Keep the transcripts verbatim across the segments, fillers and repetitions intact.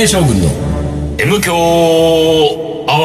将軍の M 強ア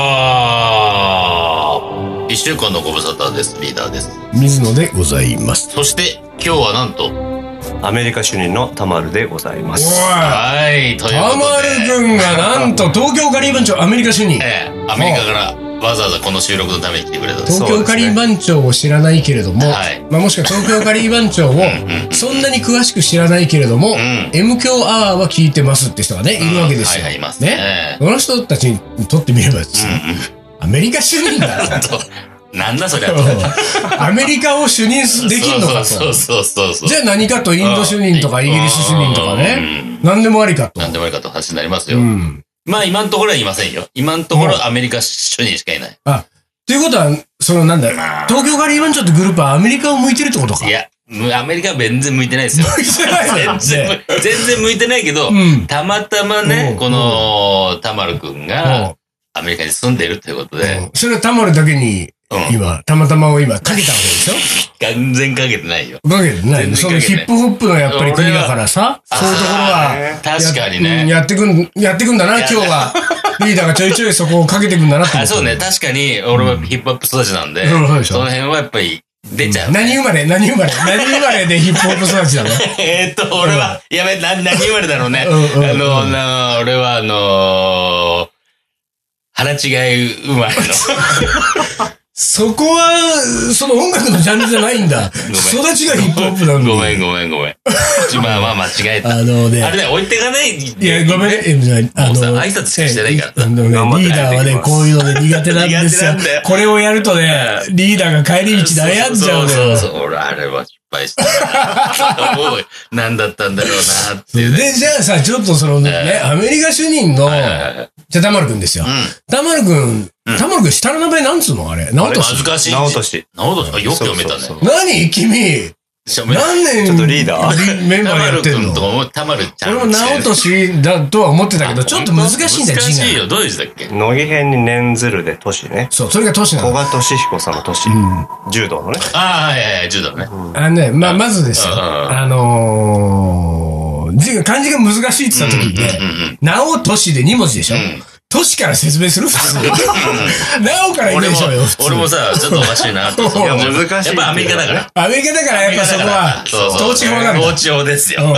ワー。一週間のご無沙汰です。リーダーです。 水野でございます。 そして今日はなんとアメリカ主任の田丸でございます。 はい、ということで田丸くんがなんと東京カリー番長アメリカ主任、 ええ、アメリカからわざわざこの収録のために来てくれた。 東京カリー番長を知らないけれども、 はい、 まあ、もしくは東京カリー番長をそんなに詳しく知らないけれども、うん、M 強アワーは聞いてますって人がね、いるわけですよ。 はいはい、いますね。ね、その人たちにとってみればですね、うんうん、アメリカ主任だと。 なんだそりゃと。 アメリカを主任できんのかと。 そうそうそうそう。 じゃあ何かとインド主任とかイギリス主任とかね。何でもありかと。 何でもありかと話になりますよ。うん、まあ今のところはいませんよ。今のところアメリカ主任しかいない。 あ、ということは、そのなんだ、東京カリー番長ってグループはアメリカを向いてるってことか。 いや、アメリカは全然向いてないですよ。 向いてない全然、全然向いてないけど、うん、たまたまね、この、田丸くんがアメリカに住んでるということで。 うん、それは田丸だけに、うん、今、たまたまを今、かけたわけでしょ。 完全かけてないよ。 かけてない。そのヒップホップのやっぱり国だからさ、そういうところは、 確かにね。 やってくん、やってくんだな、今日は。リーダーがちょいちょいそこをかけてくんだなって。 あ、そうね。確かに、俺はヒップホップ育ちなんで、うん、その辺はやっぱり出ちゃう、ね。 何生まれ何生まれ何生まれでヒップホップ育ちなのえっと、俺は、やべ、何、何生まれだろうね。あの、な、俺はあのー、腹違い生まれの。 そこは、その音楽のジャンルじゃないんだ。育ちがヒップホップなんだ。 ごめんごめんごめん。まあまあ間違えた。 あのね。 あれね、置いてかない。いや、ごめん。あの、挨拶しかしてないから。 あのね、リーダーはね、こういうので苦手なんですよ。これをやるとね、リーダーが帰り道で悩んじゃうのよ。 そうそうそう。俺、あれは失敗した。もう、何だったんだろうなっていう。 で、じゃあさ、ちょっとそのね、アメリカ主任の、じゃあ、田丸くんですよ。田丸くん、田丸くん下の名前なんつうのあれ。直俊。恥ずかしい。 直俊。 直俊。よく読めたね。 何君何年ちょっとリーダーメンバーやってんの田丸ちゃん。 俺も直俊だとは思ってたけど、ちょっと難しいんだよ、 難しいよ。どういう字だっけ？ 乃木編に念ずるで俊ね。 そう、それが俊なの。 古賀俊彦さんの俊。柔道のね。 ああ、はいはい、柔道ね。 あのね、まあ、まずですよ。あのー、漢字が難しいって言った時にね、直俊でに文字でしょ？都市から説明する普通。なおから言うでしょうよ、普通。 俺もさ、ちょっとおかしいなと。いや、難しい。やっぱアメリカだから。 アメリカだからやっぱそこは、統治法なんだ。 統治法ですよ。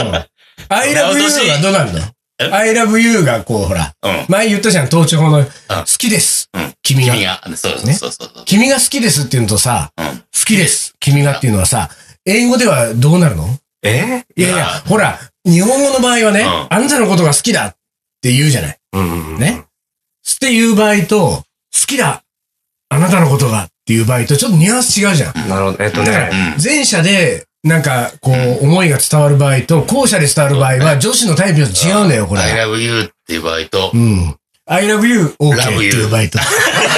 I love you はどうなんの ?I love you がこう、ほら。前言ったじゃん、統治法の、好きです。君が。 君が。そうそうそう。 君が好きですっていうのとさ、好きです。君がっていうのはさ、英語ではどうなるの？ えいやいや、ほら、日本語の場合はね、あなたのことが好きだって言うじゃない。ね。っていう場合と、好きだあなたのことがっていう場合と、ちょっとニュアンス違うじゃん。 なるほど。えっとね。 前者で、なんか、こう、思いが伝わる場合と、後者で伝わる場合は、女子のタイプと違うんだよ、これ。 I love you っていう場合と、 うん。I love you, OK っていう場合と。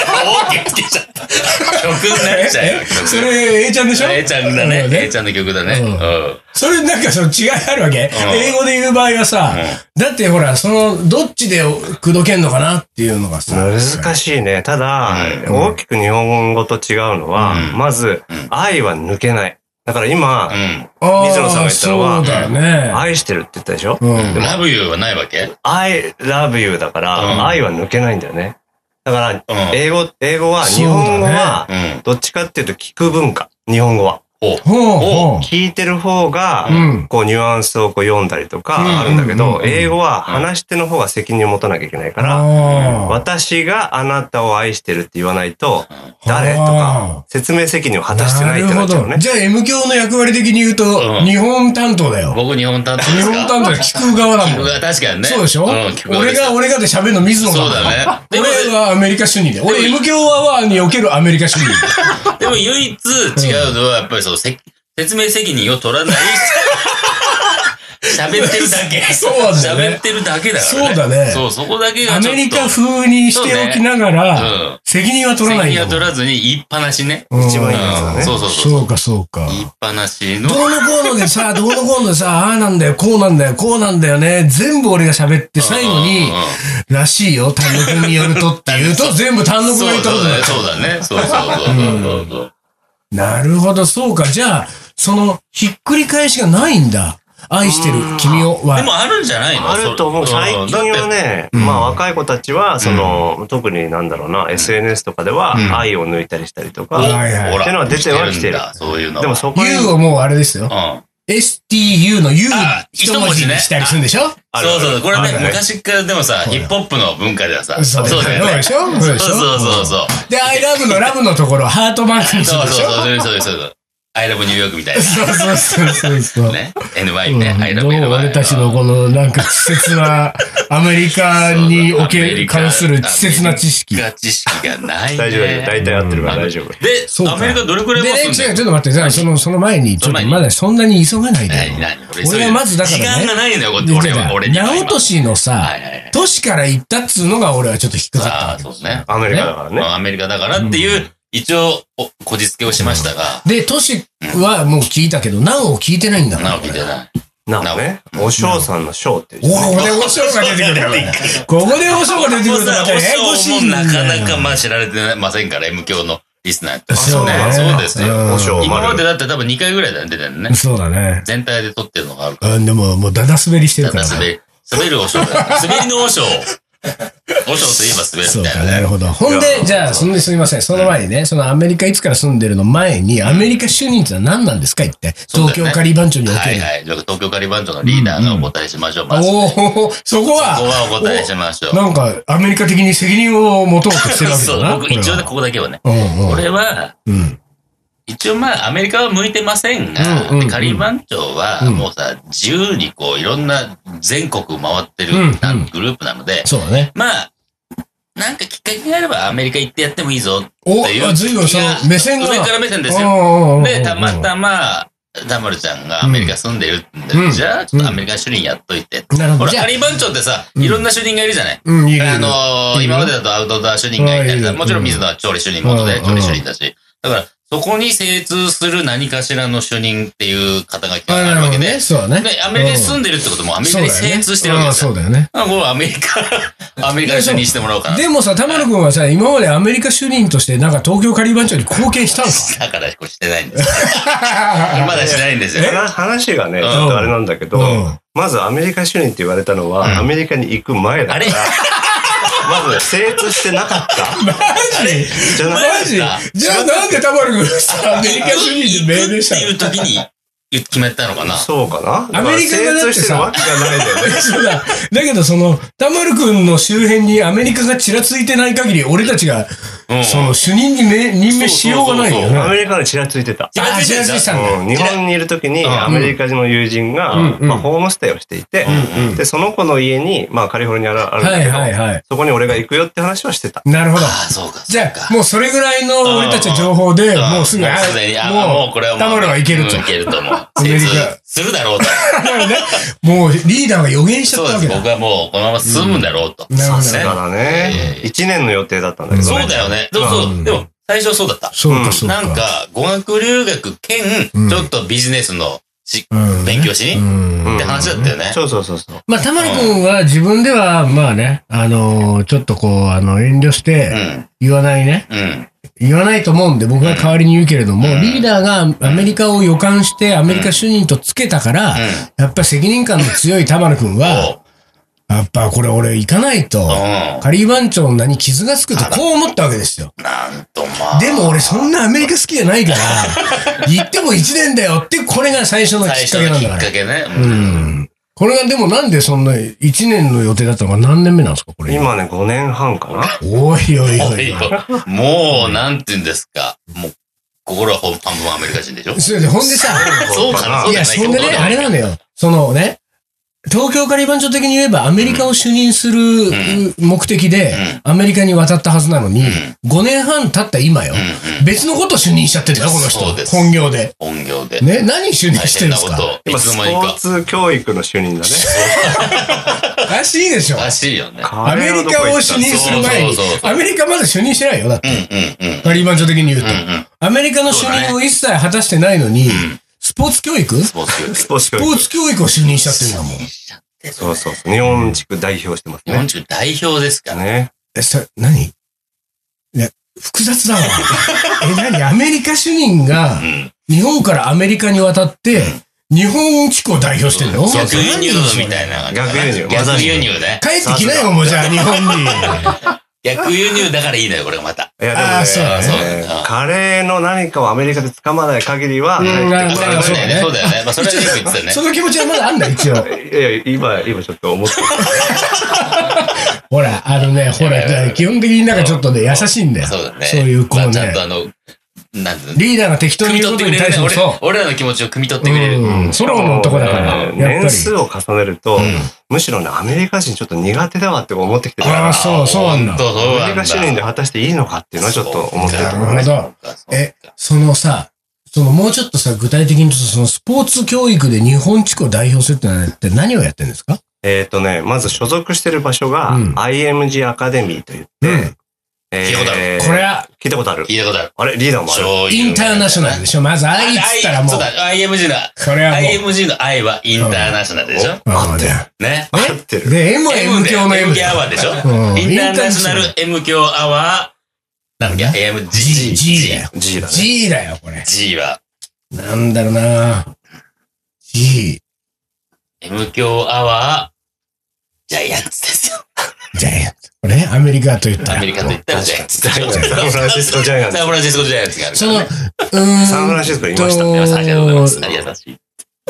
OK つけちゃった。曲になっちゃうよ。 それ、A ちゃんでしょ？ A ちゃんだね。A ちゃんの曲だね。 それなんかその違いあるわけ？英語で言う場合はさ、だってほら、その、どっちで口説けんのかなっていうのがさ。 難しいね。ただ、大きく日本語と違うのは、まず、愛は抜けない。だから今、水野さんが言ったのは、愛してるって言ったでしょ？でも love you はないわけ？ I love you だから、愛は抜けないんだよね。だから、英語、英語は、日本語は、どっちかっていうと聞く文化。日本語は。聞いてる方が、こう、ニュアンスをこう読んだりとかあるんだけど、英語は話し手の方が責任を持たなきゃいけないから、私があなたを愛してるって言わないと、誰とか、説明責任を果たしてないってなっちゃうね。 じゃあ M 教の役割的に言うと、日本担当だよ。 僕日本担当ですか？ 日本担当で聞く側だもん。 聞く側、確かにね。 そうでしょ？俺が、俺がで喋るの水野だもん。 そうだね。 俺はアメリカ主任で。俺 M 教はにおけるアメリカ主任。 でも唯一違うのは、やっぱりその、説明責任を取らない。喋ってるだけ。 そうだね。 喋ってるだけだからね。 そうだね。 そう、そこだけがアメリカ風にしておきながら、責任は取らないんだもん。 責任は取らずに言いっぱなしね。 一番いいやつだね。 そうそうそう。 そうか、そうか。 言いっぱなしの。 どうのこうのでさ、どうのこうのでさ、ああなんだよ、こうなんだよ、こうなんだよね。全部俺が喋って最後に、らしいよ、丹野くんによるとって言うと、全部丹野くんが言ったことだよ。 そうだね。そうそうそう。 なるほど、そうか。じゃあ、その、ひっくり返しがないんだ。 愛してる君をは。 でもあるんじゃないの？ あると思う。最近はね、まあ若い子たちは、その、特になんだろうな、エスエヌエス とかでは愛を抜いたりしたりとか、っていうのは出てはきてる。 そういうの。 でもそこに。U をもうあれですよ。エスティーユー の U 一文字にしたりするんでしょ？ そうそう。これね、昔からでもさ、ヒップホップの文化ではさ、 そうだよね。そうでしょ？ そうそうそう。 で、I love のラブのところハートマークにするでしょ？ そうそうそう。そうそう。I love New York みたいな。 そうそうそうそう。 ね。エヌワイ ね。I love エヌワイ。 俺たちのこのなんか稚拙なアメリカにおけ関する稚拙な知識。 知識がないね。 大丈夫。大体合ってるから大丈夫。 で、アメリカどれくらいでね、違う、ちょっと待って、その、その前に、ちょっとまだそんなに急がないで。俺はまずだからね。 時間がないのよ、俺は。俺には。 直年のさ、都市から行ったっつうのが俺はちょっと引っかかった。 そうですね。 アメリカだからね。 アメリカだからっていう、一応、こじつけをしましたが。 で、都市はもう聞いたけど、なお聞いてないんだから。 なお聞いてない。 なおね。おしょうさんのしょうって言う。ここでおしょうが出てくるから。ここでおしょうが出てくるとまたややこしい。 なかなかまあ知られてませんから、M 教のリスナーって。 そうね。 そうですよ。今までだって多分にかいぐらいだね、出てるね。 そうだね。 全体で撮ってるのがあるから。 でも、もうだだ滑りしてるから。 だだ滑り。滑るおしょう。滑りのおしょう。おしょうといえば滑るみたいな。 なるほど。ほんで、じゃあ、そんですみません。その前にね、そのアメリカいつから住んでるの前に、アメリカ就任ってのは何なんですか言って。東京カリー番長における。 はいはい。東京カリー番長のリーダーがお答えしましょう。まず。 おお、そこは。 そこはお答えしましょう。 なんか、アメリカ的に責任を持とうとしてるわけだな。 そう、僕一応ね、ここだけはね。これは、一応まあ、アメリカは向いてませんが、カリー番長はもうさ、自由にこう、いろんな全国回ってるグループなので、 そうだね。 まあ、なんかきっかけがあればアメリカ行ってやってもいいぞっていう。 お、随分その目線が。 上から目線ですよ。で、たまたま、ダマルちゃんがアメリカ住んでるんで、うん、じゃあ、ちょっとアメリカ主任やっといて。なるほど。ほら、カリー番長ってさ、いろんな主任がいるじゃない、うん、いるあのー、今までだとアウトドア主任がいたり、もちろん水野は調理主任元で調理主任だし。だから、そこに精通する何かしらの主任っていう肩書きがあるわけで。 そうだね。 で、アメリカに住んでるってこともアメリカに精通してるわけですよ。 そうだよね。 あ、これアメリカ、アメリカに主任してもらおうかな。 でもさ、玉野くんはさ、今までアメリカ主任としてなんか東京カリー番長に貢献したのかだからこれしてないんですよ。まだしないんですよ。 話がね、ちょっとあれなんだけど、まずアメリカ主任って言われたのは、アメリカに行く前だから。まず、精通してなかった。 マジじゃないマジじゃあなんで玉野くんさ、アメリカ主任で命令したのっていう時に決めたのかなそうかなアメリカがだってさ、 精通してるわけがないんだよね。 そうだ。だけどその、玉野くんの周辺にアメリカがちらついてない限り、俺たちが、その主任に任命しようがないよね。 アメリカにちらついてた。 あ、ちらついてたんだ。日本にいるときにアメリカ人の友人が、まあホームステイをしていて、で、その子の家に、まあカリフォルニアあるんだけど、そこに俺が行くよって話はしてた。 なるほど。 あ、そうか。 じゃあ、もうそれぐらいの俺たちの情報で、もうすぐ、 もうこれはもう、 玉野はいけると。 いけると思う。アメリカ。するだろうと。 もうリーダーが予言しちゃったわけだ。 僕はもうこのまま進むんだろうと。 なるほど。 だからね、一年の予定だったんだけど。 そうだよね。でもそう、でも最初はそうだった。 そうか、そうか。 なんか、語学留学兼、ちょっとビジネスの勉強しにって話だったよね。 そうそうそうそう。 まあ、玉野くんは自分では、まあね、あの、ちょっとこう、あの、遠慮して、言わないね。言わないと思うんで、僕が代わりに言うけれども、リーダーがアメリカを予感してアメリカ主任とつけたから、やっぱ責任感の強い玉野くんは、やっぱこれ俺行かないと、カリー番長の名に傷がつくとこう思ったわけですよ。 なんとまあ。 でも俺そんなアメリカ好きじゃないから、行ってもいちねんだよって、これが最初のきっかけなんだから。 きっかけね。 うん。これがでもなんでそんないちねんの予定だったのか何年目なんですかこれ。 今ね、ごねんはんかな。 おいおいおい。 もう、なんて言うんですか。もう、心は半分アメリカ人でしょ。 それで、ほんでさ。 そうかな。 いや、そんでね、あれなんだよ。そのね、東京カリー番長的に言えばアメリカを主任する目的でアメリカに渡ったはずなのに、ごねんはん経った今よ。別のこと主任しちゃってるんだよ、この人。本業で。 本業で。 ね、何主任してるんですか？ 今、スポーツ教育の主任だね。 おかしいでしょ。 おかしいよね。 アメリカを主任する前に、アメリカまだ主任してないよ、だって。カリー番長的に言うと。アメリカの主任を一切果たしてないのに、スポーツ教育スポーツ教育。 スポーツ教育。 スポーツ教育を主任しちゃってるんだもん。 そうそうそう。日本地区代表してますね。 日本地区代表ですかね。 え、それ、何いや、複雑だわ。え、何アメリカ主任が、日本からアメリカに渡って、 日本地区を代表してんの？ 逆輸入みたいな。 逆輸入。 逆輸入ね。 帰ってきなよ、もうじゃあ、日本に。 逆輸入だからいいのよ、これがまた。 いや、でもね、カレーの何かをアメリカで掴まない限りは、 そうだよね。そうだよね。まあ、それはよく言ってたよね。 その気持ちはまだあんだ、一応。 いやいや、今、今ちょっと思ってる。 ほら、あのね、ほら、基本的になんかちょっとね、優しいんだよ。そうだね。そういう、こうね。ちゃんとあの、リーダーが適当に言うことに対しても、 俺らの気持ちを汲み取ってくれる。 ソロの男だから。 年数を重ねると、むしろね、アメリカ人ちょっと苦手だわって思ってきてるから。 ああ、そう、そうなんだ。 アメリカ主任で果たしていいのかっていうのはちょっと思ってる。なるほど。え、そのさ、そのもうちょっとさ、具体的に言うと、そのスポーツ教育で日本地区を代表するってのはって何をやってるんですか？ えっとね、まず所属してる場所が アイエムジー アカデミーといって、 聞いたことある。 これは、 聞いたことある。 聞いたことある。 あれリーダーもある。 インターナショナルでしょ？まず I っつったらもう。 そうだ、アイエムジー だ。 これはもう。 アイエムジー の I はインターナショナルでしょ？ 合ってる。 ね。 合ってる。 で、M は M 教の M アワーでしょ？インターナショナル M 教アワー、なんだっけ？ エムジー。 G だよ。 G だね。 G だよ、これ。 G は。 なんだろうな G。 M 教アワー、ジャイアンツですよ。 ジャイアンツ。これアメリカと言ったら。 アメリカと言ったらジャイアンツ。 サンフランシスコジャイアンツ。 サンフランシスコジャイアンツがある。 その、うーん。サンフランシスコ言いましたね。 ありがとうございます。ありがとうございます。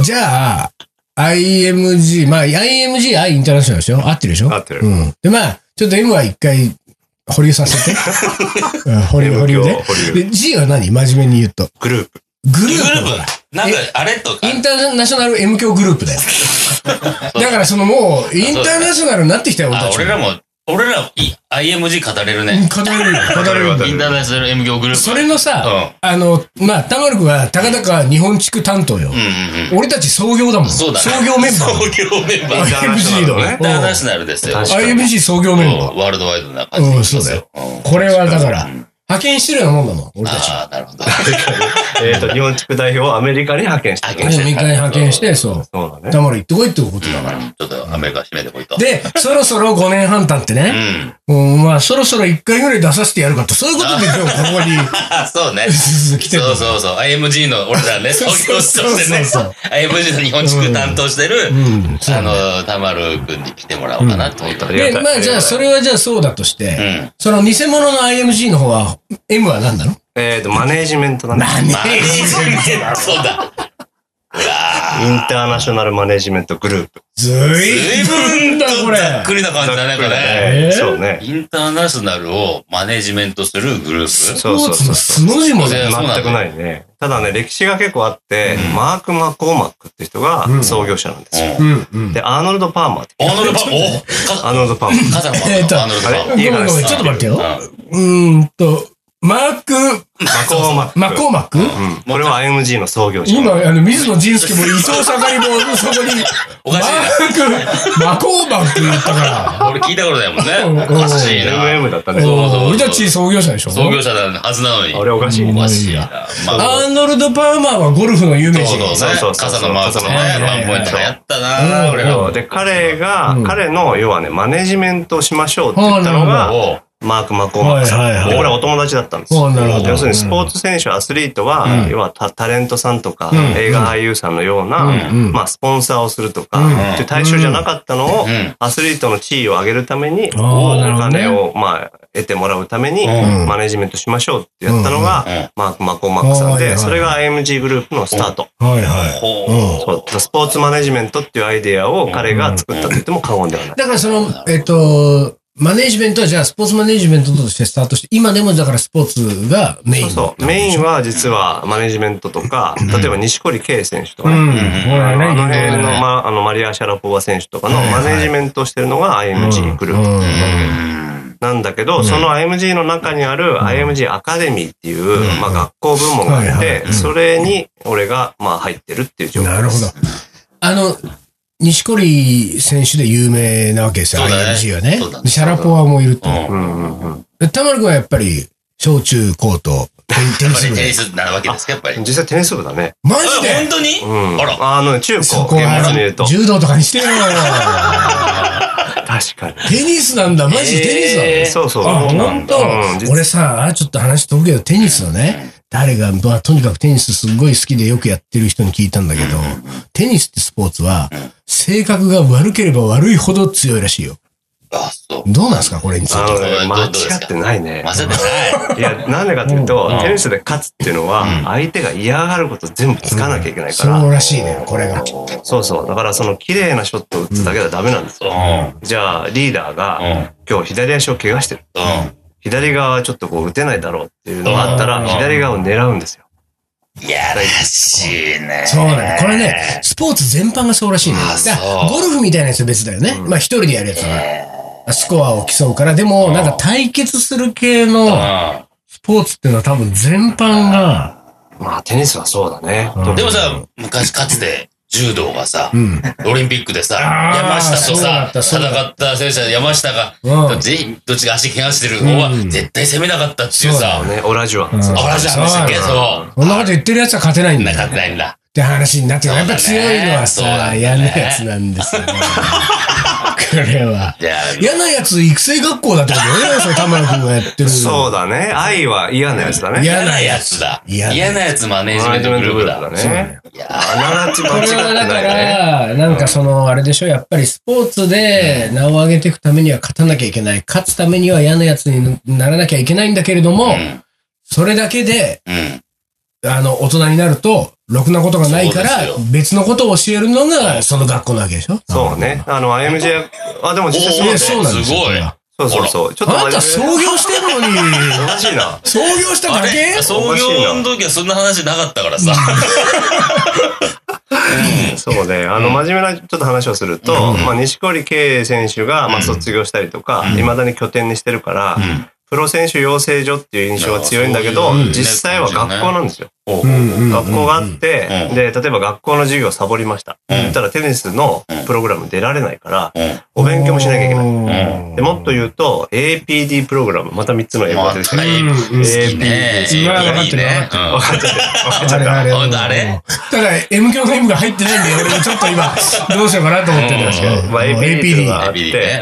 じゃあ、アイエムジー、まあ、アイエムジー、I インターナショナルでしょ？合ってるでしょ？ 合ってる。 うん。で、まあ、ちょっと M は一回、保留させて。保留、保留で。で、G は何？真面目に言うと。 グループ。 グループ。 グループ。なんか、あれとか。 インターナショナル M 教グループだよ。だからそのもう、インターナショナルになってきたよ、俺たち。 俺らも、俺ら、アイエムジー 語れるね。 語れるよ。語れる。 インターナショナル M 教グループ。 それのさ、あの、まあ、たまるくは、たかだか日本地区担当よ。俺たち創業だもん。 そうだ。 創業メンバー。 創業メンバー。 アイエムジー のね。 インターナショナルですよ。 アイエムジー 創業メンバー。 ワールドワイドな感じ。 うん、そうだよ。これはだから、派遣してるようなもんだもん、俺たち。 ああ、なるほど。 えっと、日本地区代表をアメリカに派遣してる。 アメリカに派遣して、そう。 そうだね。 たまる行ってこいってことだから。 ちょっとアメリカ締めてこいと。 で、そろそろごねんはん経ってね。うん。まあ、そろそろいっかいぐらい出させてやるかと、そういうことで今日ここに。 そうね。 来てる。 そうそうそう。アイエムジー の俺らね、創業してね。アイエムジー の日本地区担当してる、あの、たまるくんに来てもらおうかなと思った。 で、まあ、じゃあ、それはじゃあそうだとして、その偽物の アイエムジー の方は、M は何なの？ えっと、マネージメントだね。 マネージメント。 そうだ。 インターナショナルマネージメントグループ。 ずいぶんだ、これ。 ざっくりな感じだね、これ。 そうね。 インターナショナルをマネージメントするグループ。 そうそうそう。スの字も全くないね。ただね、歴史が結構あって、マーク・マコーマックって人が創業者なんですよ。で、アーノルド・パーマーって。 アーノルド・パーマーアーノルド・パーマー。 傘のパーマー。アーノルド・パーマー。 ごめんごめん、ちょっと待ってよ。うーんと、マーク、 マコーマック。 マコーマック？うん。 これは アイエムジー の創業者。 今、あの、水野仁介も伊藤盛りも、そこに、 おかしいな。マーク、マコーマック言ったから。 俺聞いたことないもんね。おかしいな。 エムエム だったね。 俺たち創業者でしょ？ 創業者だはずなのに。 あれおかしい。 おかしいな。 アーノルド・パーマーはゴルフの有名人。 そうそうそう。傘のマークね。ワンポイントがやったな俺ら。 で、彼が、彼の、要はね、マネジメントをしましょうって言ったのが、マーク・マコーマックさん。僕らお友達だったんですよ。要するにスポーツ選手、アスリートは、要はタレントさんとか、映画俳優さんのような、まあ、スポンサーをするとか、っていう対象じゃなかったのを、アスリートの地位を上げるために、お金を、まあ、得てもらうために、マネジメントしましょうってやったのが、マーク・マコーマックさんで、それが アイエムジー グループのスタート。 はいはい。 そう。スポーツマネジメントっていうアイデアを彼が作ったと言っても過言ではない。 だからその、えっと、マネージメントはじゃあスポーツマネージメントとしてスタートして、今でもだからスポーツがメイン。 そうそう。メインは実はマネージメントとか、例えば西堀圭選手とかね。あの辺の、ま、あの、マリア・シャラポワ選手とかのマネージメントをしてるのが アイエムジー グループ。なんだけど、その アイエムジー の中にある アイエムジー アカデミーっていう、まあ学校部門があって、それに俺がまあ入ってるっていう状況です。 なるほど。あの、西堀選手で有名なわけですよ、アイエムジー はね。シャラポワもいると。たまるくんはやっぱり、小中高と、テニス部。 テニスなわけですか、やっぱり。 実際テニス部だね。 マジで本当にうん。 あら。 あの、中高、 厳密に言うと。柔道とかにしてよ。 確かに。 テニスなんだ、マジテニスなの？ そうそう。 あ、ほんと。俺さ、ちょっと話しとくけど、テニスのね、 誰が、まあ、とにかくテニスすっごい好きでよくやってる人に聞いたんだけど、テニスってスポーツは、性格が悪ければ悪いほど強いらしいよ。 あ、そう。 どうなんですかこれについて。 あの、間違ってないね。 間違ってない。 いや、なんでかっていうと、テニスで勝つっていうのは、相手が嫌がること全部つかなきゃいけないから。 そうらしいね、これが。 そうそう。だから、その綺麗なショットを打つだけではダメなんですよ。じゃあ、リーダーが、今日左足を怪我してる。左側はちょっとこう打てないだろうっていうのがあったら、左側を狙うんですよ。 いやらしいね。 そうだね。これね、スポーツ全般がそうらしいね。ゴルフみたいなやつは別だよね。まあ一人でやるやつだから。スコアを競うから。でも、なんか対決する系のスポーツっていうのは多分全般が。 まあテニスはそうだね。 でもさ、昔かつて、柔道がさ、オリンピックでさ、山下とさ、戦った選手は山下が、全員、どっちが足怪我してる方は、絶対攻めなかったっていうさ、 オラジュアン。 オラジュアンでしたっけ、そう。 そんなこと言ってる奴は勝てないんだよ。 勝てないんだ。 って話になってる。やっぱ強いのはさ、嫌なやつなんですよね。これは。嫌なやつ育成学校だってことだよね、それ田村君がやってる。 そうだね。愛は嫌なやつだね。 嫌なやつだ。嫌なやつマネージメントグループだ。 ね。いや、 あながち間違ってないね。これはだから、なんかその、あれでしょ、やっぱりスポーツで名を上げていくためには勝たなきゃいけない。勝つためには嫌なやつにならなきゃいけないんだけれども、それだけで、あの、大人になると、ろくなことがないから、別のことを教えるのが、その学校なわけでしょ。 そうね。あの、アイエムジェー、あ、でも実際そうなんですよ。 すごい。 そうそうそう。 ちょっとあんた創業してるのに。 おかしいな。 創業しただけ創業の時はそんな話なかったからさ。 そうね。あの、真面目なちょっと話をすると、まあ、錦織圭選手が、まあ、卒業したりとか、未だに拠点にしてるから、プロ選手養成所っていう印象は強いんだけど、実際は学校なんですよ。学校があって、で、例えば学校の授業をサボりました。言ったらテニスのプログラム出られないから、お勉強もしなきゃいけない。でもっと言うと、エーピーディー プログラム、またみっつの英語が出てきた。エーピーディー。 今分かってる分かってる。分かってる。あれあれ。あれただ、M 響の M が入ってないんで、俺もちょっと今、どうしようかなと思ってるんですけど。 まあ、エーピーディー があって、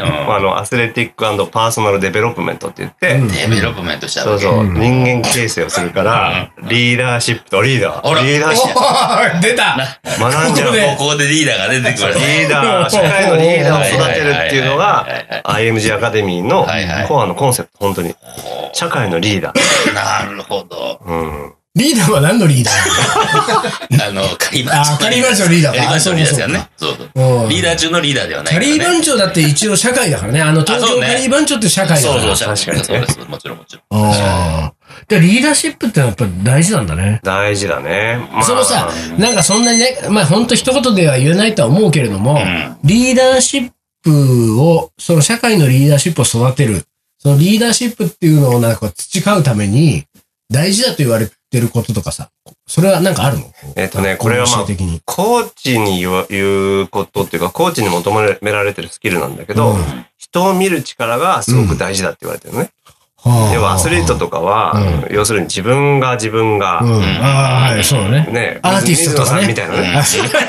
あの、アスレティック&パーソナルデベロップメントって言って、 デベロップメントしたそうそう、人間形成をするから、リーダーシップとリーダー。リーダーシップ。出た学んじゃう。 ここでリーダーが出てくる。 リーダー、社会のリーダーを育てるっていうのが、アイエムジー アカデミーのコアのコンセプト、本当に。社会のリーダー。なるほど。 うん。 リーダーは何のリーダーあの、カリバンチョ。 あ、カリバンチョのリーダーか。 カリバンチョのリーダーですよね。そうそう。リーダー中のリーダーではない。 カリバンチョだって一応社会だからね。あの、東京カリバンチョって社会だから。 そうそう、確かに。そうです。もちろんもちろん。 ああ。で、リーダーシップってのはやっぱり大事なんだね。 大事だね。 そのさ、なんかそんなにね、まあほんと一言では言えないとは思うけれども、リーダーシップを、その社会のリーダーシップを育てる、そのリーダーシップっていうのをなんか培うために、大事だと言われてることとかさ、それはなんかあるの？ えっとね、これはまあ、コーチに言う、言うことっていうか、コーチに求められてるスキルなんだけど、うん、人を見る力がすごく大事だって言われてるのね。うん、要はアスリートとかは、うん、要するに自分が自分が、 うん、ああ、はい、そうね。 ね、 アーティストとかね。 みたいなね。 よく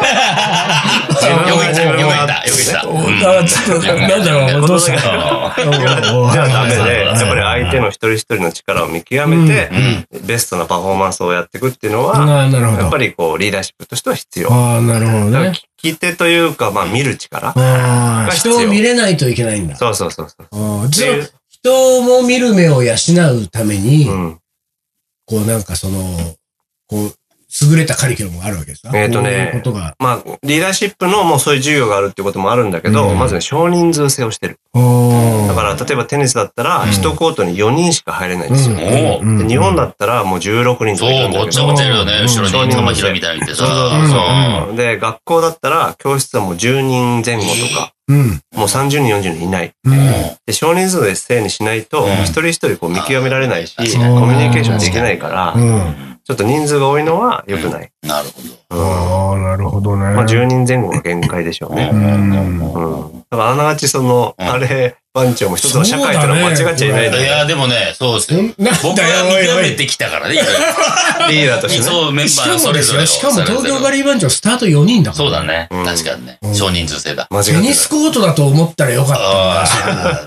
言った、よく言った、よく言った。 あ、ちょっと、なんだろう、どうしたじゃあダメで、やっぱり相手の一人一人の力を見極めて、ベストなパフォーマンスをやっていくっていうのは、やっぱりこう、リーダーシップとしては必要。 ああ、なるほどね。 聞き手というか、まあ見る力が必要。人を見れないといけないんだ。 そうそうそうそう。 人も見る目を養うために、うん、こうなんかその、こう、優れたカリキュラムがあるわけですか？ えっとね、 ことがまあ、リーダーシップのもうそういう授業があるっていうこともあるんだけど、うん、まずね、少人数制をしてる。だから、例えばテニスだったら、一コートによにんしか入れないんですよ。うん、日本だったらもうじゅうろくにんとかいるんだけど。 そう、ごっちゃごちゃいるよね。後ろに玉広みたいにいてさ。 そうそう。で、学校だったら、教室はもうじゅうにんぜん後とか。うん、もうさんじゅうにん、よんじゅうにんいない。うん、で、少人数で制にしないと、一人一人こう見極められないし、コミュニケーションできないから、うん、ちょっと人数が多いのは良くない。 うん、なるほど。ああ、なるほどね。 まあじゅうにんぜん後が限界でしょうね。うん。だからあながちその、あれ、番長も一つの社会との間違っちゃいない。 いや、でもね、そうですよ。僕は見極めてきたからね、 リーダーとしてね。 そう、メンバーそれぞれ。 しかも東京ガリー番長スタートよにんだから。 そうだね。確かにね。少人数制だ。 テニスコートだと思ったらよかった。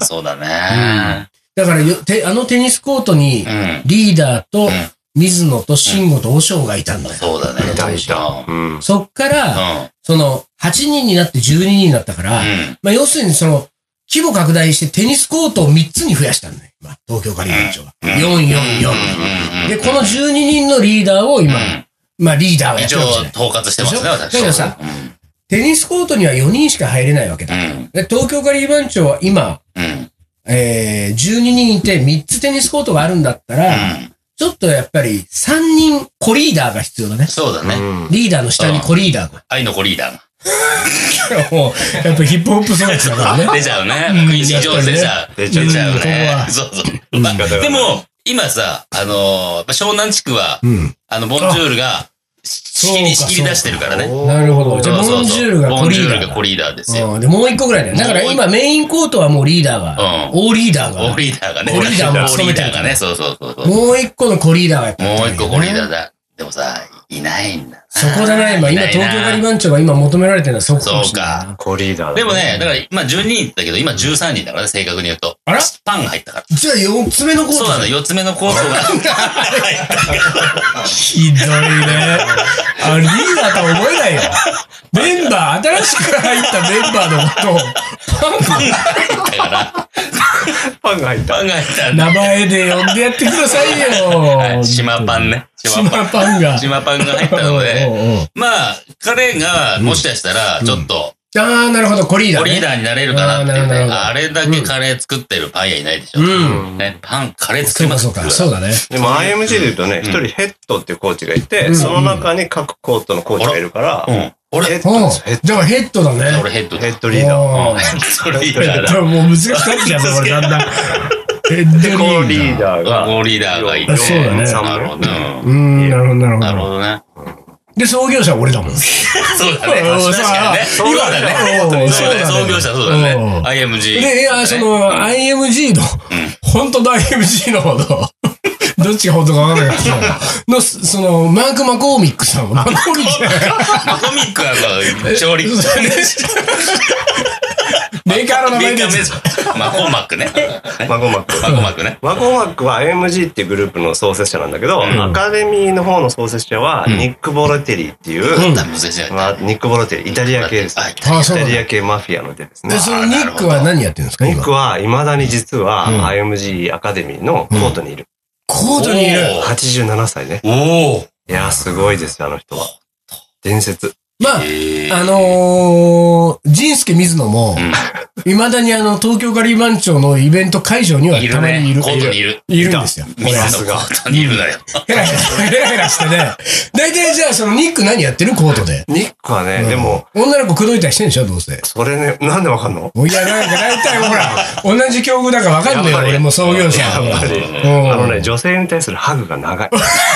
そうだね。 だからあのテニスコートにリーダーと水野と慎吾と和尚がいたんだよ。 そうだね。 いたいた。 そっから、その、はちにんになってじゅうににんになったから、まあ要するにその、規模拡大してテニスコートをみっつに増やしたんだよ。今、東京カリー番長は。よんよんよんで。で、このじゅうににんのリーダーを今、まあリーダーをやってるわけ一応統括してますね、私。 だけどさ、テニスコートにはよにんしか入れないわけだ。で、東京カリー番長は今、えー、じゅうににんいてみっつテニスコートがあるんだったら、ちょっとやっぱりさんにんコリーダーが必要だね。 そうだね。 リーダーの下にコリーダーが。 愛のコリーダーが。 もう、やっぱヒップホップ育ちだからね。 出ちゃうね。クイーン上手出ちゃう。出ちゃうね。そうそう。でも、今さ、あの、湘南地区は、あの、ボンジュールが、仕切り、仕切り出してるからね。 なるほど。じゃあ、ボンジュールがコリーダー。ボンジュールがコリーダーですよ。 で、もう一個ぐらいだよ。だから今、メインコートはもうリーダーが。オーリーダーが。 オーリーダーがね。 オーリーダーも務めてるからね。そうそうそう。 もう一個のコリーダーがやっぱもう一個コリーダーだ。でもさ、いないんだ。 そこだな、今、今、東京カリ番長が今求められてるのはそこかもしれない。 そうか。コリーダーだ。 でもね、だから、まあじゅうににんだけど、今じゅうさんにんだからね、正確に言うと。 あらパンが入ったから。 じゃあよっつめのコート。 そうなんだ、よっつめのコートが入ったから。 ひどいね。あ、リーダーとは思えないよ。メンバー、新しく入ったメンバーのことを、 パンが入ったから。 パンが入った。 パンが入った。 名前で呼んでやってくださいよ。 島パンね。 島パンが。 島パンが入ったので、まあ、彼がもしかしたら、ちょっと、 ああ、なるほど、コリーダー。 コリーダーになれるかなって言って、あれだけカレー作ってるパン屋いないでしょ。うん。ね、パン、カレー作りますそうか、そうだね。 でも アイエムジー で言うとね、一人ヘッドっていうコーチがいて、その中に各コートのコーチがいるから、 俺ヘッドです。じゃあヘッドだね。 俺ヘッド。 ヘッドリーダー。 ヘッドリーダー。 もう難しくなってきちゃった、俺だんだん。ヘッドリーダーが。 コーリーダーがいて。 そうだね。 なるほど。 うん、なるほど、なるほど。 なるほどね。 で、創業者は俺だもん。 そうだね。確かにね。今だね。そうだね。創業者そうだね。アイエムジー。 で、いや、その、アイエムジー の、本当の アイエムジー のほど、どっちが本当かわかんないけど、の、その、マーク・マコーミックさんマコーミックじゃない。 マコーミックは調理。 メーカーの名前です。 マコーマックね。 マコーマック。 マコーマックね。 マコーマックは アイエムジー っていうグループの創設者なんだけど、アカデミーの方の創設者は、ニック・ボロテリっていう、ニック・ボロテリ、イタリア系です。イタリア系マフィアの手ですね。 で、そのニックは何やってるんですか？ ニックは、未だに実は、アイエムジー アカデミーのコートにいる。 コートにいる ? はちじゅうななさいね。 おお。 いや、すごいですよ、あの人は。伝説。 まあ、あのー、ジンスケ水野も、未だにあの、東京カリー番長のイベント会場にはたまにいる。 コートにいる。 いるんですよ。 水野が。コートにいるだよ。 ヘラヘラ、ヘラヘラしてね。大体じゃあそのニック何やってるコートで。 ニックはね、でも。 女の子口説いたりしてんでしょ、どうせ。 それね、なんでわかんの？ いや、なんか大体ほら、同じ境遇だからわかんないよ、俺も創業者。 やっぱり。あのね、女性に対するハグが長い。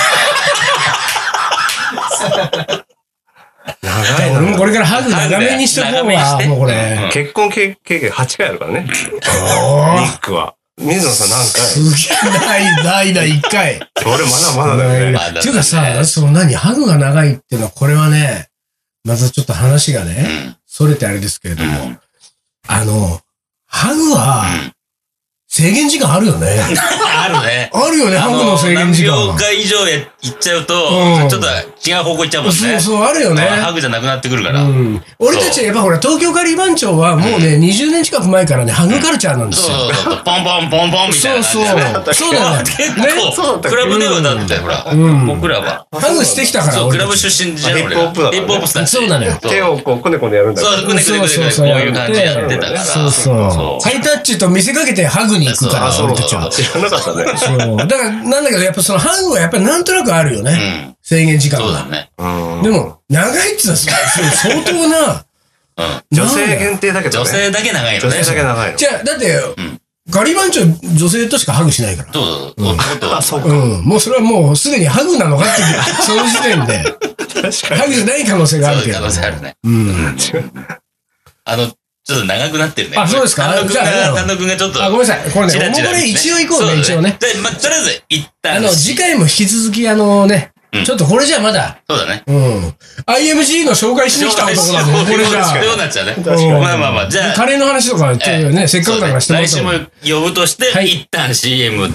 長いな。 俺もこれからハグ長めにしとこうわ、もうこれ。 結婚経験はちかいあるからね。ニックは。水野さん何回？ すげえ、ない、ないな、いっかい。 俺まだまだだよね。 っていうかさ、その何、ハグが長いっていうのは、これはね、またちょっと話がね、それてあれですけれども、あの、ハグは、制限時間あるよね。 あるね。 あるよね、ハグの制限時間。 何秒か以上へ行っちゃうと、ちょっと違う方向行っちゃうもんね。 そうそう、あるよね。 ハグじゃなくなってくるから。 俺たちやっぱほら、東京カリー番長はもうね、にじゅうねん近く前からね、ハグカルチャーなんですよ。 そうそう、ポンポンポンポンみたいな。そうそう。そうだね。結構、クラブではだってほら、僕らは。 ハグしてきたから。 そう、クラブ出身じゃん。 ヒップホップだ。 ヒップホップだ。 そうなのよ。 手をこう、くねこねやるんだそう、くねくねくねくね、こういう感じでやってたから。 そうそう。ハイタッチと見せかけてハグに行くから、俺たちは。 知らなかったね。 そう。だから、なんだけど、やっぱそのハグはやっぱりなんとなくあるよね。制限時間が。 そうだね。 でも、長いって言ったら相当な。 女性限定だけどね。 女性だけ長いのね。 女性だけ長いの。 じゃあ、だって、ガリ番長女性としかハグしないから。 そうそう。 そうか。 うん。もうそれはもうすでにハグなのかっていう、その時点で。確かに。ハグじゃない可能性があるけど。 可能性あるね。 うん。 あの、ちょっと長くなってるね。 あ、そうですか？ 単独が、単独がちょっと。 あ、ごめんなさい。これね、もうこれ一応行こうね、一応ね。 で、ま、とりあえず、一旦。 あの、次回も引き続き、あのね、ちょっとこれじゃまだ。 そうだね。 うん。アイエムジー の紹介しに来た男だもん、これじゃ。 そうなっちゃうね。まあまあまあ、じゃあ。 カレーの話とか、ね、せっかくだからしてもらった。 来週も呼ぶとして、一旦 シーエム です。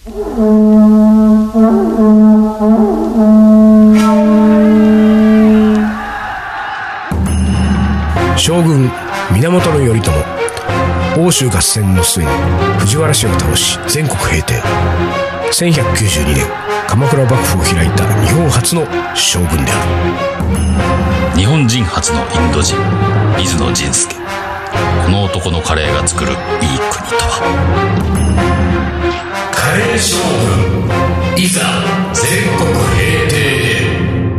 将軍源頼朝、欧州合戦の末に藤原氏を倒し全国平定。せんひゃくきゅうじゅうにねん鎌倉幕府を開いた日本初の将軍である。日本人初のインド人水野仁介。この男のカレーが作るいい国とは。 カレー将軍いざ全国平定。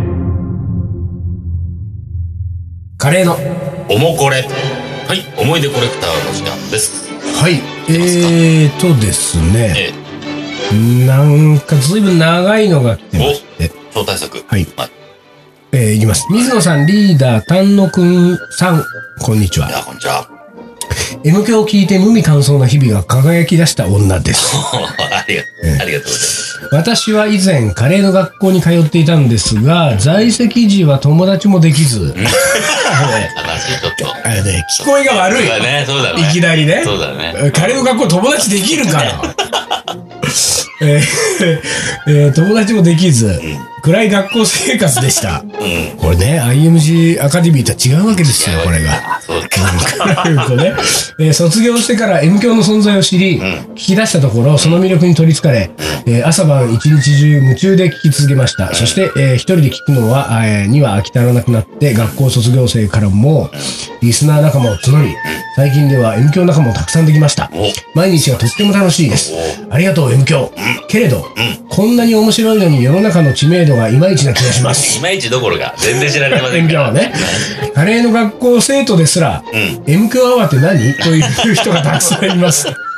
カレーのおもこれ。はい、思い出コレクターの時間です。 はい、えーとですね、ええ、なんかずいぶん長いのが来てまして、 超大作。 はい、はい、えー、いきます。水野さん、リーダー、丹野くんさん、こんにちは。 いや、こんにちは。 M 響を聞いて無味乾燥な日々が輝き出した女です。 ありがとう、ええ、ありがとうございます。 私は以前カレーの学校に通っていたんですが、在籍時は友達もできず、 話ちょっとあれね、聞こえが悪い。 そうだね、そうだね。 いきなりね。 そうだね。 カレーの学校友達できるから。えーえー、友達もできず、うん、暗い学校生活でした。うん、これね、アイエムジー アカデミーとは違うわけですよ、これが。 そうか。 こうねえー、卒業してから M 響の存在を知り、うん、聞き出したところ、その魅力に取り憑かれ、えー、朝晩一日中夢中で聞き続けました。うん、そして、えー、一人で聞くのは、えー、には飽き足らなくなって、学校卒業生からも、リスナー仲間を募り、最近では M 響仲間もたくさんできました。毎日がとっても楽しいです。ありがとう M 響。けれど、こんなに面白いのに世の中の知名度がいまいちな気がします。 いまいちどころか、全然知られてません M 響はね。カレーの学校生徒ですら、うん、M 響アワーって何という人がたくさんいます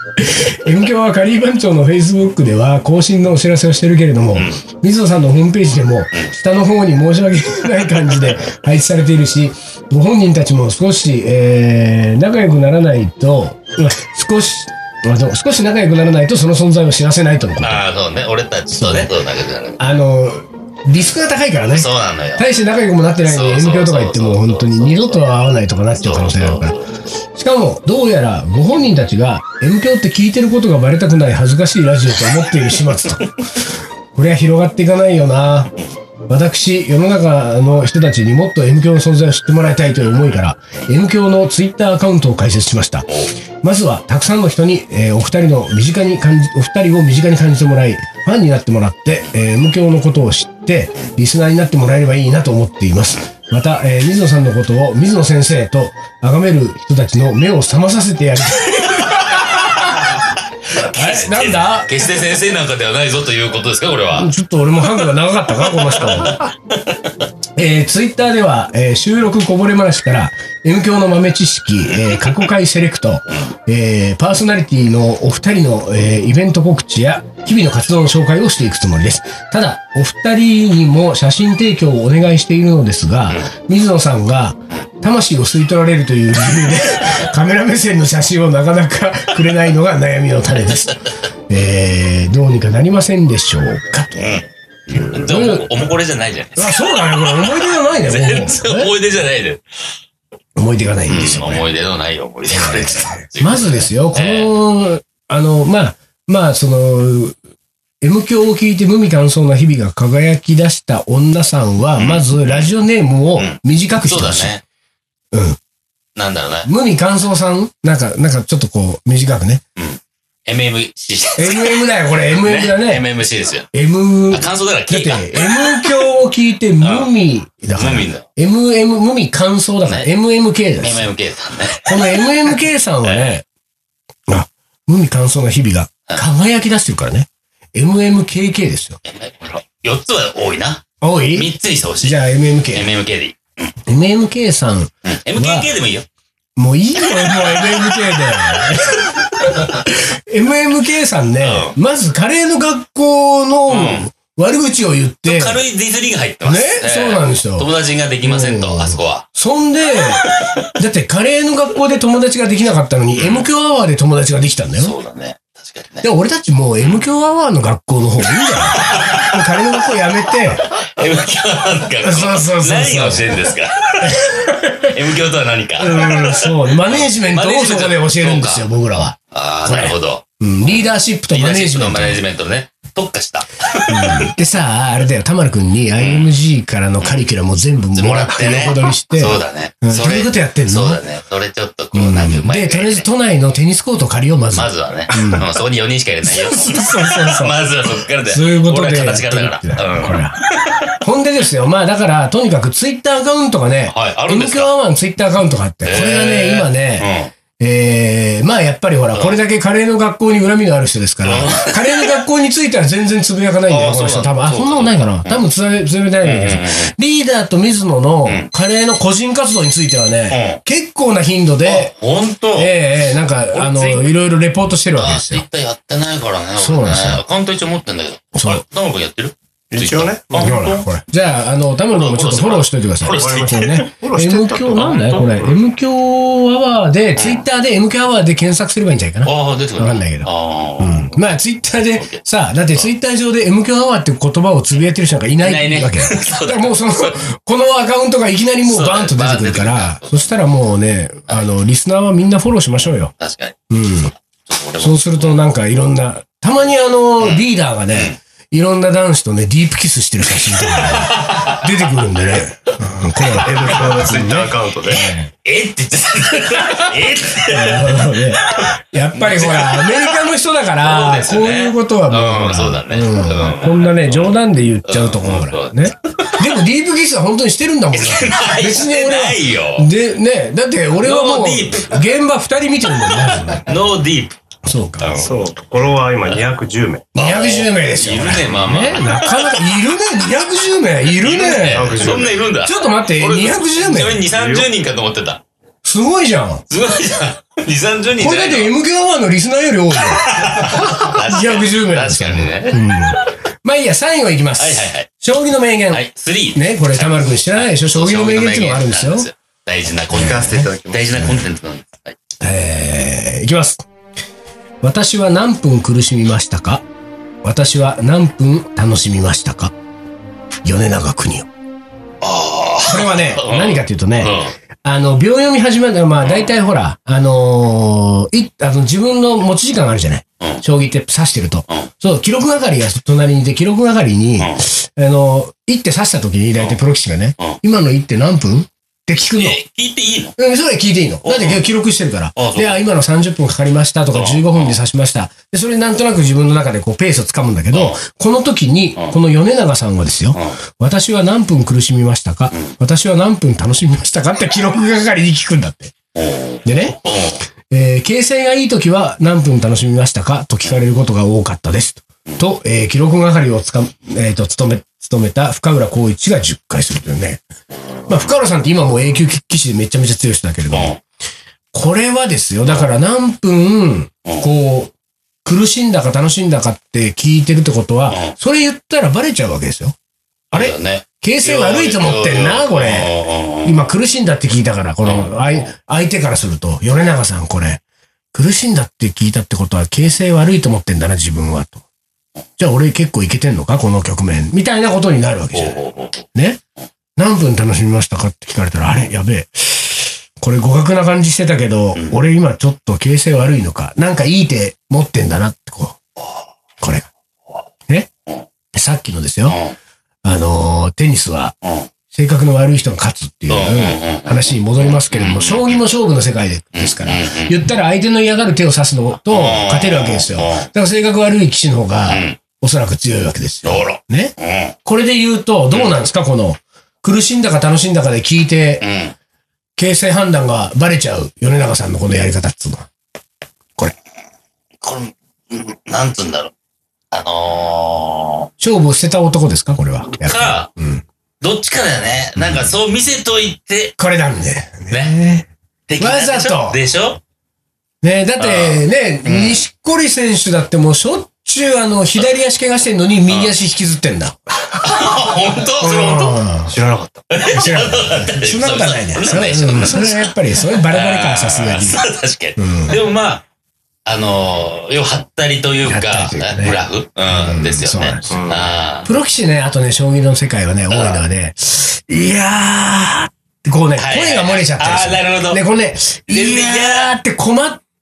。M 響はカリー番長の Facebook では更新のお知らせをしてるけれども、うん、水野さんのホームページでも下の方に申し訳ない感じで配置されているし、ご本人たちも少し、えー、仲良くならないと、少し、少し仲良くならないとその存在を知らせないとのこと。 ああ、そうね。俺たちとね、そう仲良くなる。 あの、リスクが高いからね。 そうなのよ。 大して仲良くもなってないのに M 響とか言っても本当に二度とは会わないとかなっちゃう可能性があるから。しかも、どうやらご本人たちが M 響って聞いてることがバレたくない恥ずかしいラジオと思っている始末と。これは広がっていかないよな。私、世の中の人たちにもっと M 響の存在を知ってもらいたいという思いから、M 響のツイッターアカウントを開設しました。まずは、たくさんの人に、えー、お二人の身近に感じ、お二人を身近に感じてもらい、ファンになってもらって、えー、M 響のことを知って、リスナーになってもらえればいいなと思っています。また、えー、水野さんのことを水野先生と崇める人たちの目を覚まさせてやりたい。なんだ決して先生なんかではないぞということですか、これは。 ちょっと俺もハグが長かったか、この人。えー、ツイッターでは、えー、収録こぼれ話から、M 響の豆知識、えー、過去回セレクト、えー、パーソナリティのお二人の、えー、イベント告知や、日々の活動の紹介をしていくつもりです。ただ、お二人にも写真提供をお願いしているのですが、水野さんが、魂を吸い取られるという理由で、カメラ目線の写真をなかなかくれないのが悩みの種です。えー、どうにかなりませんでしょうかと。 うん。でも、おもこれじゃないじゃないですか。 あ、そうだね。これ思い出じゃないね。 全然思い出じゃないで。 思い出がないんですよ、 ね。うん、思い出のない思い出がないです。 まずですよ、この、えー、あの、まあ、まあ、その、M 響を聞いて無味乾燥な日々が輝き出した女さんは、うん、まずラジオネームを短くしてほしい。うん、そうだね。うん。 なんだろうね。 無味乾燥さんなんか、なんかちょっとこう、短くね。 うん。エムエムシー。 エムエム だよ、これ エムエム だね。 エムエムシー ですよ。 M、 乾燥だから K か。 だって M 響を聞いて無味だから。無味だ。エムエム、無味乾燥だから エムエムケー です。 エムエムケー さんね。 この エムエムケー さんはね、あ、無味乾燥な日々が輝き出してるからね。エムエムケーケー ですよ。 よっつは多いな。 多い ? みっつにしてほしい。 じゃあ エムエムケー。 エムエムケー でいい。 エムエムケー さん。 エムケーケー でもいいよ。 もういいよ、もう エムエムケー で。エムエムケー さんね、うん、まずカレーの学校の悪口を言って。 うん、軽いディスリーが入ってます。 ね、えー、そうなんですよ。 友達ができませんと、うん、あそこは。 そんで、だってカレーの学校で友達ができなかったのに、うん、M 響アワーで友達ができたんだよ。 そうだね。確かにね。 で、俺たちもう M 響アワーの学校の方がいいんじゃないカレーの学校やめて。 M 響アワーの学校。そうそうそう。何を教えるんですかM 響とは何か。 うん、そう。マネージメントをそこで教えるんですよ、僕らは。 ああ、なるほど。 リーダーシップとマネージメント。 マネージメントね。特化した。 でさ、あれだよ、田丸くんに アイエムジー からのカリキュラムを全部もらって横取りして。 そうだね。 そういうことやってんの？ そうだね。それちょっとこう、なんかうまい。 で、とりあえず都内のテニスコートを借りよう、まず。 まずはね。そこによにんしか入れないよ。 そうそうそう。 まずはそっからだよ。 そういうことで。 俺は形からだから。 ほんでですよ、まあだから、とにかくツイッターアカウントがね、エムキューアワーのツイッターアカウントがあって、これがね、今ね、えー、まあやっぱりほら、これだけカレーの学校に恨みのある人ですから、カレーの学校については全然つぶやかないんだよ、この人。多分、あ、そんなことないかな。多分つぶやかないんだけど、リーダーと水野のカレーの個人活動についてはね、結構な頻度で、 本当ええ、なんか、あの、いろいろレポートしてるわけですよ。 ツイッターやってないからね。 そうなんですよ。 アカウント一応持ってんだけど。そう。タモ君やってる？ 一応ね。 じゃあ、あの、タモリ君もちょっとフォローしといてください。フォローしてね。M 響なんだよ、これ。M 響アワーで、ツイッターで M 響アワーで検索すればいいんじゃないかな。 ああ、出てくる。 わかんないけど。まあ、ツイッターで、さあ、だってツイッター上で M 響アワーって言葉をつぶやいてる人なんかいないわけ。だからもうその、このアカウントがいきなりもうバーンと出てくるから、そしたらもうね、あの、リスナーはみんなフォローしましょうよ。 確かに。 うん。そうするとなんかいろんな、たまにあの、リーダーがね、いろんな男子とね、ディープキスしてる写真とか出てくるんでね。 うん、この エムキュー のツイッターアカウントで。 えって言ってた。えって。 やっぱりほら、アメリカの人だから、こういうことはもう、 そうだね。 こんなね、冗談で言っちゃうところからね。でもディープキスは本当にしてるんだもんね。別に俺は。で、ね、だって俺はもう、現場二人見てるんだよね。 ノーディープ。 そうか。 そう。フォロワー今にひゃくじゅうめい。 にひゃくじゅうめいですよ。 いるね、まあまあ。 ね、なかなか、いるね、にひゃくじゅうめい。いるね。 そんないるんだ。 ちょっと待って、にひゃくじゅうめい。 それに、さんじゅうにんかと思ってた。 すごいじゃん。 すごいじゃん。に、さんじゅうにんこれだって エムキュー アワーのリスナーより多いよ。にひゃくじゅうめい。 確かにね。 まあいいや、さんいはいきます。 はいはいはい。 将棋の名言。 はい、スリー。 ね、これ、たまるくん知らないでしょ？将棋の名言っていうのがあるんですよ。 大事なコンテンツ。大事なコンテンツなんです。 えー、いきます。私は何分苦しみましたか？私は何分楽しみましたか？米長邦夫。 ああ。 これはね、何かっていうとね、あの、秒読み始めたら、まあ、大体ほら、あのー、い、あの、自分の持ち時間があるじゃない。将棋って指してると。そう、記録係が隣にいて、記録係に、あの、一手指した時に、大体プロ棋士がね、今の一手何分って聞くの。 え、聞いていいの？ うん、それ聞いていいの。だって記録してるから。で、あ、今のさんじゅっぷんかかりましたとかじゅうごふんで指しました。で、それなんとなく自分の中でこうペースをつかむんだけど、この時に、この米長さんはですよ、私は何分苦しみましたか？私は何分楽しみましたかって記録係に聞くんだって。でね、えー、形勢がいい時は何分楽しみましたかと聞かれることが多かったです。と、えー、記録係をつか、えっと、務め、務めた深浦光一がじゅっかいするというね。まあ、深浦さんって今もう永久棋士でめちゃめちゃ強い人だけれども、これはですよ、だから何分、こう、苦しんだか楽しんだかって聞いてるってことは、それ言ったらバレちゃうわけですよ。あれ形勢悪いと思ってんな、これ。今苦しんだって聞いたから、この、相手からすると、米長さんこれ、苦しんだって聞いたってことは、形勢悪いと思ってんだな、自分は、と。じゃあ俺結構いけてんのかこの局面。みたいなことになるわけじゃん。ね何分楽しみましたかって聞かれたら、あれやべえ。これ互角な感じしてたけど、うん、俺今ちょっと形勢悪いのか。なんかいい手持ってんだなってこう。これ。ねさっきのですよ。あのー、テニスは、性格の悪い人が勝つっていう話に戻りますけれども、将棋も勝負の世界ですから、言ったら相手の嫌がる手を指すのと勝てるわけですよ。だから性格悪い棋士の方が、おそらく強いわけですよ。ね。これで言うと、どうなんですかこの、苦しんだか楽しんだかで聞いて、形勢判断がバレちゃう米長さんのこのやり方っつうのは。これ。 これ、なんつうんだろう。あのー、勝負を捨てた男ですかこれは。 か、うん、どっちかだよね。なんかそう見せといて。 これなんで。 ね。 わざと。 でしょねだってね、錦織選手だってもうしょっちゅうあの、左足怪我してんのに右足引きずってんだ。 本当それ本当知らなかった。 知らなかった。そんなことはないね。それ、それはやっぱり、それバレバレ感さすがに。 確かに。でもまあ、あの、要は、はったりというか、グラフうん、ですよね。 プロ棋士ね、あとね、将棋の世界はね、多いのはね、いやー、こうね、声が漏れちゃったりする。 あ、なるほど。 で、これね、いやーって困って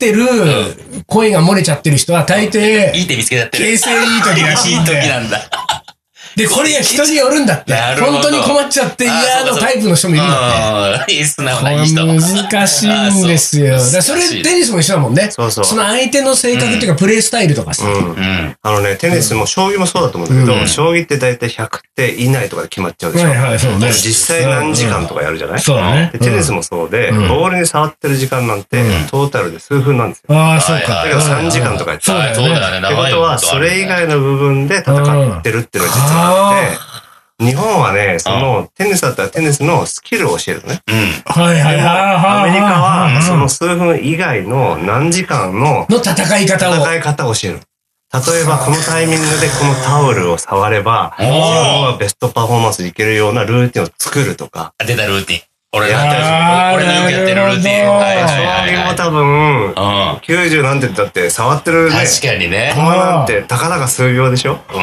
ってる声が漏れちゃってる人は大抵、 いい手見つけちゃってる。 形勢いい時らしいんで。 いい時なんだ。 で、これが人によるんだって。本当に困っちゃって嫌のタイプの人もいるんだって。 いい素直な人。 難しいんですよ。それテニスも一緒だもんね。そうそう。その相手の性格っていうかプレイスタイルとかさ。 あのね、テニスも将棋もそうだと思うんだけど、将棋って大体ひゃくてん以内とかで決まっちゃうでしょ。はいはい、そうね。実際何時間とかやるじゃない？そうだね。テニスもそうで、ボールに触ってる時間なんてトータルで数分なんですよ。ああ、そうか。だけどさんじかんとかやってる。そうだね。ってことは、それ以外の部分で戦ってるっていうのが実はあって、日本はね、その、テニスだったらテニスのスキルを教えるのね。うん。はいはいはい。アメリカは、その数分以外の何時間の、 の戦い方を。 戦い方を教える。例えば、このタイミングでこのタオルを触れば、自分はベストパフォーマンスでいけるようなルーティンを作るとか。 出たルーティン。俺やってる。俺のよくやってるルーティン。はいはいはい。 も多分、きゅうじゅうなんてだって触ってるね。 確かにね。 コマなんて、たかだか数秒でしょ？うん。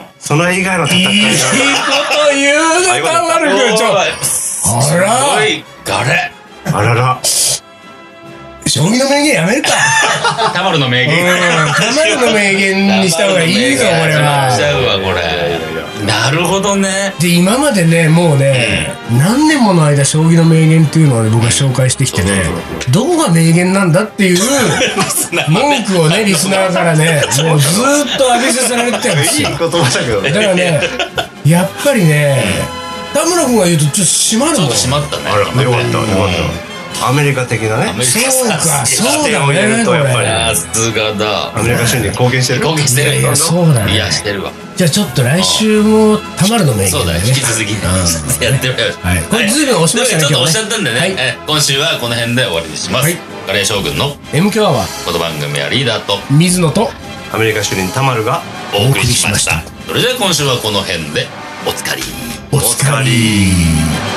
その以外の戦いが。いいこと言うね、たまるくん。ちょ。あら。 すごい、ガレ。 あらら。 将棋の名言やめるか。 たまるの名言。 たまるの名言にした方がいいぞ、これは。 しちゃうわ、これ。なるほどね。 で、今までね、もうね、何年もの間、将棋の名言っていうのを僕は紹介してきてね、どこが名言なんだっていう文句をね、リスナーからね、もうずーっと浴びせられてたんですよ。 いい言葉だけどね。 だからね、やっぱりね、田村君が言うとちょっと締まるもん。 ちょっと締まったね。 あら、よかった、よかった。アメリカ的なね。 そうか、そうだね。 やるとやっぱり。 さすがだ。 アメリカ主義に貢献してる。 貢献してる。 いや、そうだね。 いや、してるわ。 じゃあちょっと来週もたまるの名言。 そうだね。引き続きやってみよう。 はい。これずいぶん押しましたね。 ちょっと押しちゃったんでね。今週はこの辺で終わりにします。カレー将軍のエム 強アワー。 この番組はリーダーと水野とアメリカ主任たまるがお送りしました。それでは今週はこの辺でおつかり。 おつかり。